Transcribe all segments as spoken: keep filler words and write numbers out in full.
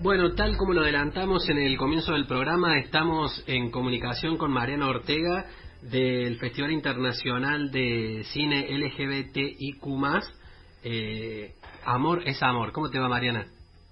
Bueno, tal como lo adelantamos en el comienzo del programa, estamos en comunicación con Mariana Ortega del Festival Internacional de Cine L G B T I Q más, eh, Amor es Amor. ¿Cómo te va, Mariana?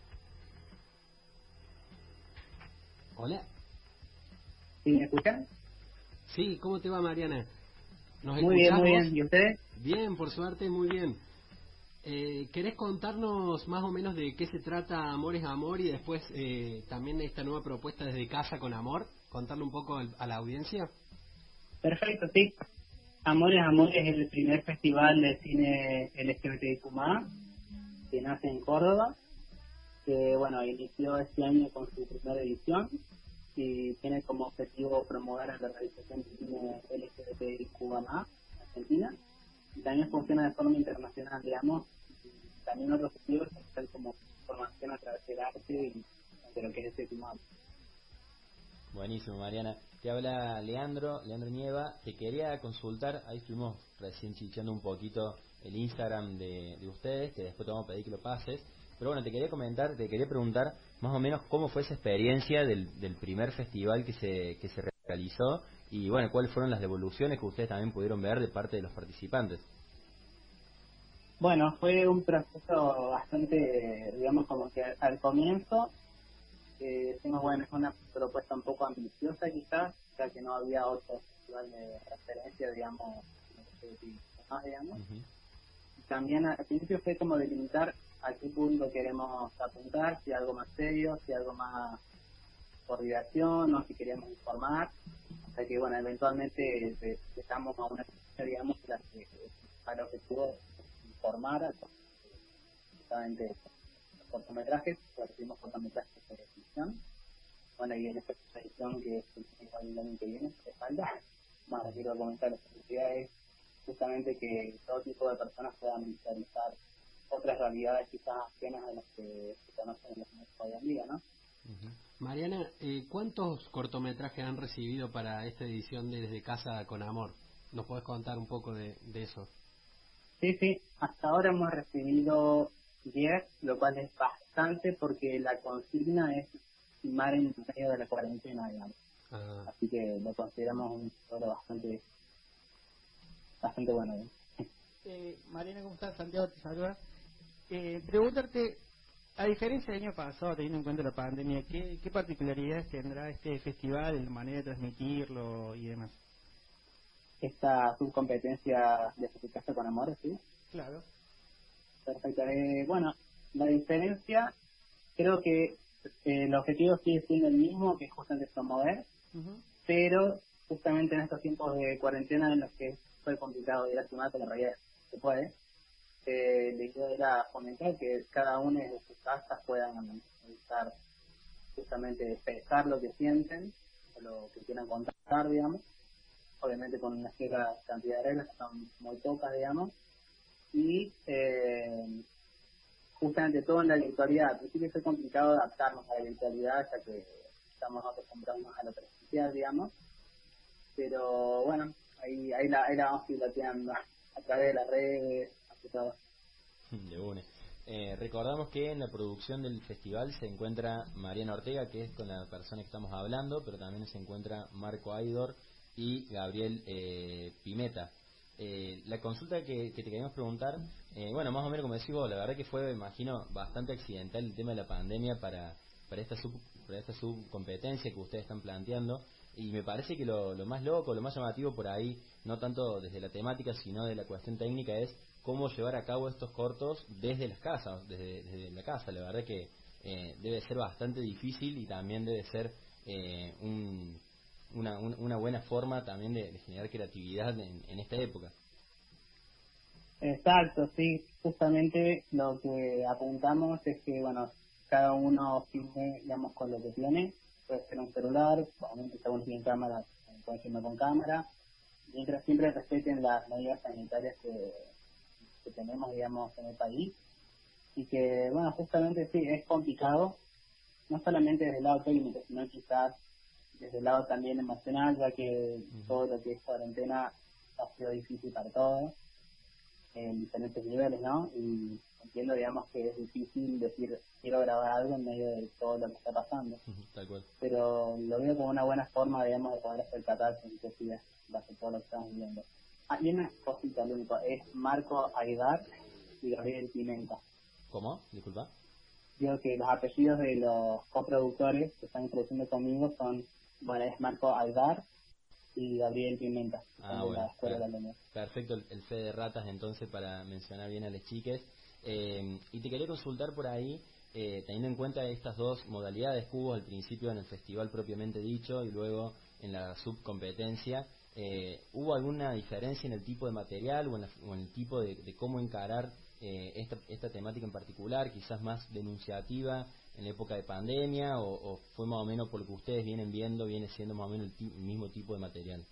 Hola. ¿Sí me escuchan? Sí, ¿cómo te va, Mariana? ¿Nos Muy bien, escuchás muy vos? bien. ¿Y ustedes? Bien, por suerte, muy bien. Eh, ¿Querés contarnos más o menos de qué se trata Amor es Amor y después eh, también esta nueva propuesta desde casa con amor? Contarle un poco al- a la audiencia. Perfecto, sí. Amores, Amores es el primer festival de cine L G B T I Q más, que nace en Córdoba, que bueno, inició este año con su primera edición y tiene como objetivo promover a la realización de cine L G B T I Q más en Argentina, y también funciona de forma internacional, digamos, y también otros objetivos son como formación a través del arte y de lo que es este más. Buenísimo, Mariana. Te habla Leandro, Leandro Nieva. Te quería consultar, ahí estuvimos recién chichando un poquito el Instagram de, de ustedes, que después te vamos a pedir que lo pases. Pero bueno, te quería comentar, te quería preguntar más o menos cómo fue esa experiencia del, del primer festival que se, que se realizó y bueno, cuáles fueron las devoluciones que ustedes también pudieron ver de parte de los participantes. Bueno, fue un proceso bastante, digamos, como que al comienzo eh, decimos, bueno, es una propuesta un poco ambiciosa quizás, ya que no había otro festival de referencia, digamos, más, digamos. Uh-huh. Y también al principio fue como delimitar a qué punto queremos apuntar, si algo más serio, si algo más por diversión, o si queríamos informar. O sea que, bueno, eventualmente estamos a una, digamos, la que para objetivo informar justamente los cortometrajes, recibimos cortometrajes de ficción. Bueno, y en esta edición que es igual el año que viene, que falta, más quiero comentar, la felicidad es justamente que todo tipo de personas puedan visualizar otras realidades quizás ajenas a las que se conocen en los medios hoy en día, ¿no? Uh-huh. Mariana, eh, ¿cuántos cortometrajes han recibido para esta edición de Desde Casa con Amor? ¿Nos podés contar un poco de, de eso? Sí, sí, hasta ahora hemos recibido diez, lo cual es bastante porque la consigna es filmar en medio de la cuarentena, digamos. Ah. Así que lo consideramos un logro bastante, bastante bueno, ¿eh? Eh, Mariana, ¿cómo estás? Santiago te saluda. Eh, preguntarte, a diferencia del año pasado, teniendo en cuenta la pandemia, ¿qué, qué particularidades tendrá este festival, la manera de transmitirlo y demás? Esta subcompetencia de Desde Casa con Amor, ¿sí? Claro. Perfecto. Eh, bueno, la diferencia, creo que eh, el objetivo sigue siendo el mismo, que es justamente promover, uh-huh. pero justamente en estos tiempos de cuarentena en los que fue complicado ir a filmar, pero en realidad se puede, eh, la idea era fomentar que cada uno de sus casas puedan estar justamente expresar lo que sienten, o lo que quieran contar, digamos, obviamente con una cierta cantidad de reglas que son muy pocas, digamos, y eh, justamente todo en la virtualidad. Al principio fue complicado adaptarnos a la virtualidad, ya que estamos acostumbrados a lo presencial, digamos, pero bueno, ahí ahí la, ahí la vamos piloteando a través de las redes, así todo. De una. Eh, recordamos que en la producción del festival se encuentra Mariana Ortega, que es con la persona que estamos hablando, pero también se encuentra Marco Aidor y Gabriel eh, Pimeta. Eh, la consulta que, que te queríamos preguntar, eh, bueno, más o menos como decís vos, la verdad que fue, me imagino, bastante accidental el tema de la pandemia para, para esta sub, para esta subcompetencia que ustedes están planteando, y me parece que lo, lo más loco, lo más llamativo por ahí, no tanto desde la temática, sino de la cuestión técnica, es cómo llevar a cabo estos cortos desde las casas, desde, desde la casa. La verdad que eh, debe ser bastante difícil y también debe ser eh, un, una, un, una buena forma también de, de generar creatividad en, en esta época. Exacto, sí, justamente lo que apuntamos es que, bueno, cada uno filme, digamos, con lo que tiene, puede ser un celular, obviamente si algunos tienen cámara, pueden filmar con cámara, mientras siempre respeten las medidas sanitarias que que tenemos, digamos, en el país, y que, bueno, justamente sí, es complicado, no solamente desde el lado técnico, sino quizás desde el lado también emocional, ya que uh-huh. todo lo que es cuarentena ha sido difícil para todos, en diferentes niveles, ¿no? Y entiendo, digamos, que es difícil decir quiero grabar algo en medio de todo lo que está pasando. Uh-huh, tal cual. Pero lo veo como una buena forma, digamos, de poder percatarse en qué sigue base todo lo que estamos viendo. Ah, y una cosita, lo único, es Marco Aidar y Gabriel Pimenta. ¿Cómo? Disculpa. Digo que los apellidos de los coproductores que están produciendo conmigo son, bueno, es Marco Aidar y Gabriel Pimenta. Ah, bueno, per- perfecto, el, el fe de ratas entonces para mencionar bien a las chiques. Eh, y te quería consultar por ahí, eh, teniendo en cuenta estas dos modalidades que hubo al principio en el festival propiamente dicho y luego en la subcompetencia, eh, ¿hubo alguna diferencia en el tipo de material o en, la, o en el tipo de, de cómo encarar eh, esta, esta temática en particular, quizás más denunciativa en la época de pandemia o, o fue más o menos por lo que ustedes vienen viendo, viene siendo más o menos el, ti- el mismo tipo de material?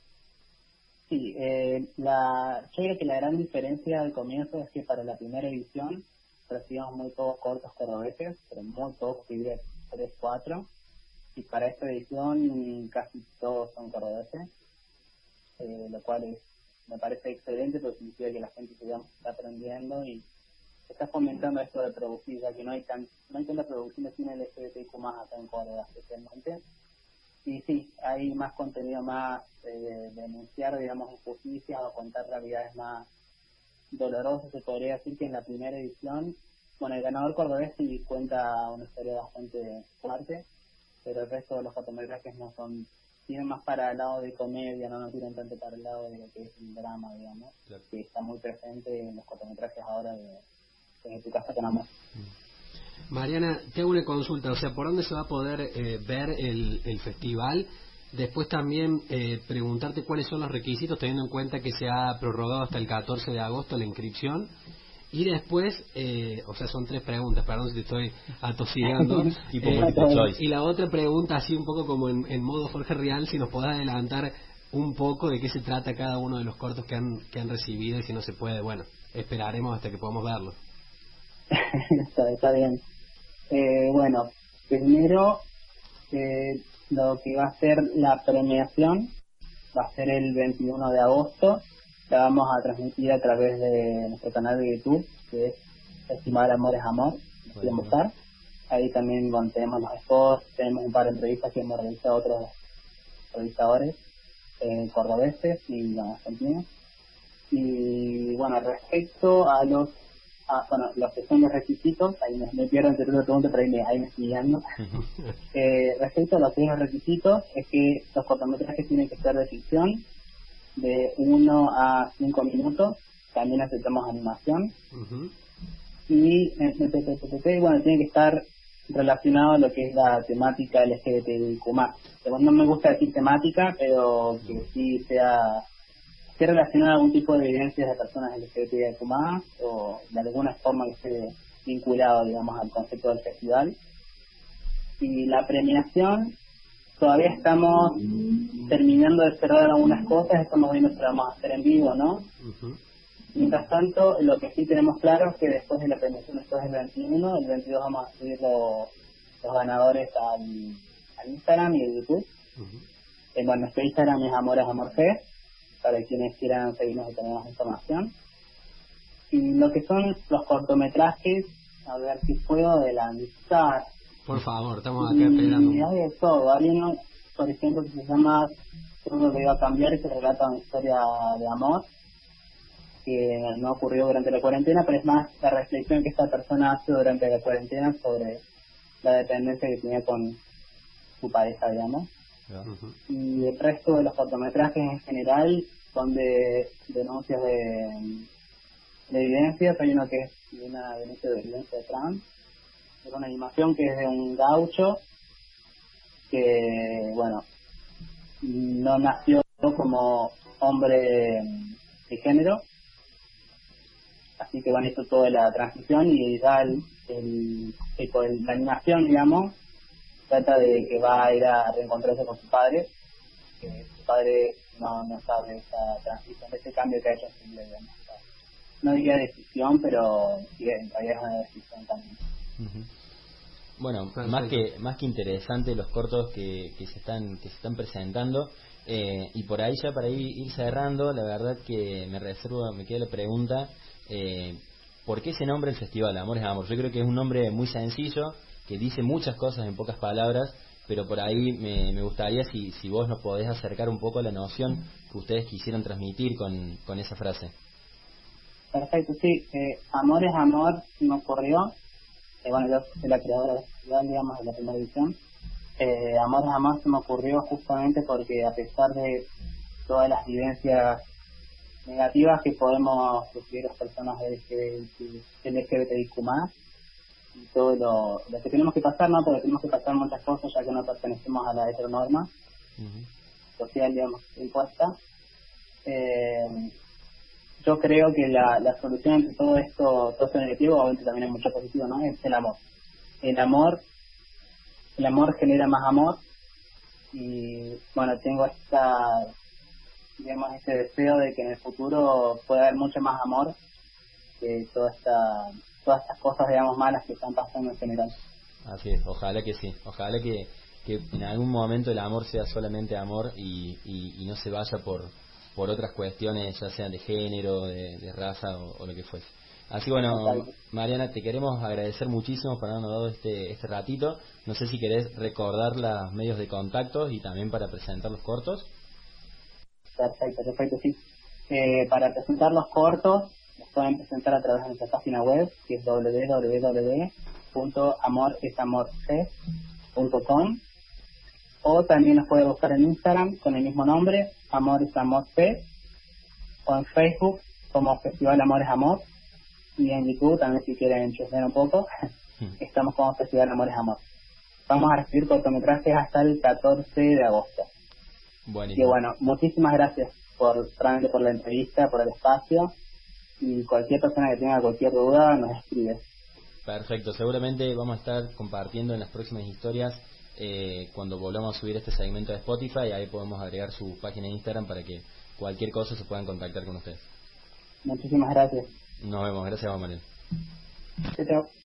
Sí, eh, la, yo creo que la gran diferencia al comienzo es que para la primera edición recibimos muy pocos cortos cordobeses, pero muy pocos, diría tres, cuatro, y para esta edición casi todos son cordobeses, eh, lo cual es, me parece excelente porque significa que la gente digamos, está aprendiendo y está fomentando esto de producir, ya que no hay, tan, no hay tanta producción de cine L G B T Q más acá en Córdoba especialmente. Y sí, hay más contenido más eh, de denunciar, digamos, injusticias o contar realidades más dolorosas, se podría decir que en la primera edición, bueno, el ganador cordobés sí cuenta una historia bastante fuerte, pero el resto de los cortometrajes no son, tienen más para el lado de comedia, no, no tienen tanto para el lado de lo que es el drama, digamos, claro, que está muy presente en los cortometrajes ahora de, de Tu Casa con Amor. Mariana, te hago una consulta, o sea, ¿por dónde se va a poder eh, ver el, el festival? Después también eh, preguntarte cuáles son los requisitos, teniendo en cuenta que se ha prorrogado hasta el catorce de agosto la inscripción. Y después, eh, o sea, son tres preguntas, perdón si te estoy atosigando. Tipo eh, multiple choice. y la otra pregunta, así un poco como en, en modo Jorge Rial, si nos podés adelantar un poco de qué se trata cada uno de los cortos que han, que han recibido y si no se puede, bueno, esperaremos hasta que podamos verlo. está, está bien. Eh, bueno, primero eh, lo que va a ser la premiación va a ser el veintiuno de agosto. La vamos a transmitir a través de nuestro canal de YouTube, que es Festival Amor es Amor. Nos pueden buscar. Ahí también bueno, tenemos los spots, tenemos un par de entrevistas que hemos realizado a otros realizadores eh, cordobeses y bueno, argentinos. Y bueno, respecto a los Ah, bueno, los que son los requisitos, ahí me, me pierdo entre otra pregunta, pero ahí me, ahí me estoy guiando. eh, respecto a los que son los requisitos, es que los cortometrajes tienen que ser de ficción, de uno a cinco minutos, también aceptamos animación, Uh-huh. y eh, bueno, tiene que estar relacionado a lo que es la temática L G B T Q más. No me gusta decir temática, pero que sí sea... esté relacionado a algún tipo de evidencias de personas L G B T Q más, o de alguna forma que esté vinculado, digamos, al concepto del festival. Y la premiación, todavía estamos terminando de cerrar algunas cosas, estamos viendo si lo vamos a hacer en vivo, ¿no? Uh-huh. Mientras tanto, lo que sí tenemos claro es que después de la premiación, después del veintiuno, el veintidós vamos a subir lo, los ganadores al, al Instagram y al YouTube. Uh-huh. Eh, bueno, nuestro Instagram es Amor es Amor G, para quienes quieran seguirnos y tener más información. Y lo que son los cortometrajes, a ver si puedo adelantar. Por favor, estamos acá esperando. Y hay de todo. Hay uno, por ejemplo, que se llama Todo que iba a cambiar y que relata una historia de amor que no ocurrió durante la cuarentena, pero es más la reflexión que esta persona hace durante la cuarentena sobre la dependencia que tenía con su pareja, digamos. Uh-huh. Y el resto de los cortometrajes en general son de denuncias de, de evidencias. Hay uno que es de una denuncia de violencia trans, es una animación que es de un gaucho que, bueno, no nació como hombre de género, así que bueno, hizo toda la transición y ya el, el, el, la animación, digamos, trata de que va a ir a reencontrarse con su padre, que su padre no, no sabe esa transición, ese cambio que ha hecho en su vida, digamos. No diría decisión, pero sí, en realidad es una decisión también. Uh-huh. Bueno, Perfecto. más que más que interesante los cortos que, que se están que se están presentando, eh, y por ahí ya para ir, ir cerrando, la verdad que me reservo, me queda la pregunta, eh, ¿por qué se nombra el festival Amor es Amor? Yo creo que es un nombre muy sencillo, que dice muchas cosas en pocas palabras, pero por ahí me, me gustaría si, si vos nos podés acercar un poco a la noción que ustedes quisieran transmitir con, con esa frase. Perfecto, sí. Eh, amor es Amor me ocurrió. Eh, bueno, yo soy la creadora del festival, digamos, de la primera edición. Eh, Amor es Amor se me ocurrió justamente porque a pesar de todas las vivencias negativas que podemos sufrir las personas L G B T I Q más, y todo lo, lo que tenemos que pasar, ¿no? Porque tenemos que pasar muchas cosas ya que no pertenecemos a la heteronorma uh-huh. social, digamos, impuesta. Eh, yo creo que la, la solución entre todo esto, todo esto negativo, obviamente también hay mucho positivo, ¿no? Es el amor. El amor, el amor genera más amor y, bueno, tengo esta, digamos, este deseo de que en el futuro pueda haber mucho más amor que toda esta... todas estas cosas, digamos, malas que están pasando en general. Así es, ojalá que sí, ojalá que, que en algún momento el amor sea solamente amor y, y, y no se vaya por por otras cuestiones, ya sean de género, de, de raza o, o lo que fuese. Así bueno, Mariana, te queremos agradecer muchísimo por habernos dado este, este ratito. No sé si querés recordar los medios de contacto y también para presentar los cortos. Perfecto, perfecto, sí. Eh, para presentar los cortos, los pueden presentar a través de nuestra página web, que es doble u doble u doble u punto amor es amor c punto com, o también nos puede buscar en Instagram con el mismo nombre, Amor es Amor C, o en Facebook como Festival Amor es Amor, y en YouTube también si quieren chusmear un poco, estamos como Festival Amor es Amor. Vamos a recibir cortometrajes hasta el catorce de agosto. Buenísimo. Y bueno, muchísimas gracias por, realmente por la entrevista, por el espacio, y cualquier persona que tenga cualquier duda nos escribe. Perfecto, seguramente vamos a estar compartiendo en las próximas historias eh, cuando volvamos a subir este segmento de Spotify, ahí podemos agregar su página de Instagram para que cualquier cosa se puedan contactar con ustedes. Muchísimas gracias. Nos vemos, gracias a Manuel. Chao, chao.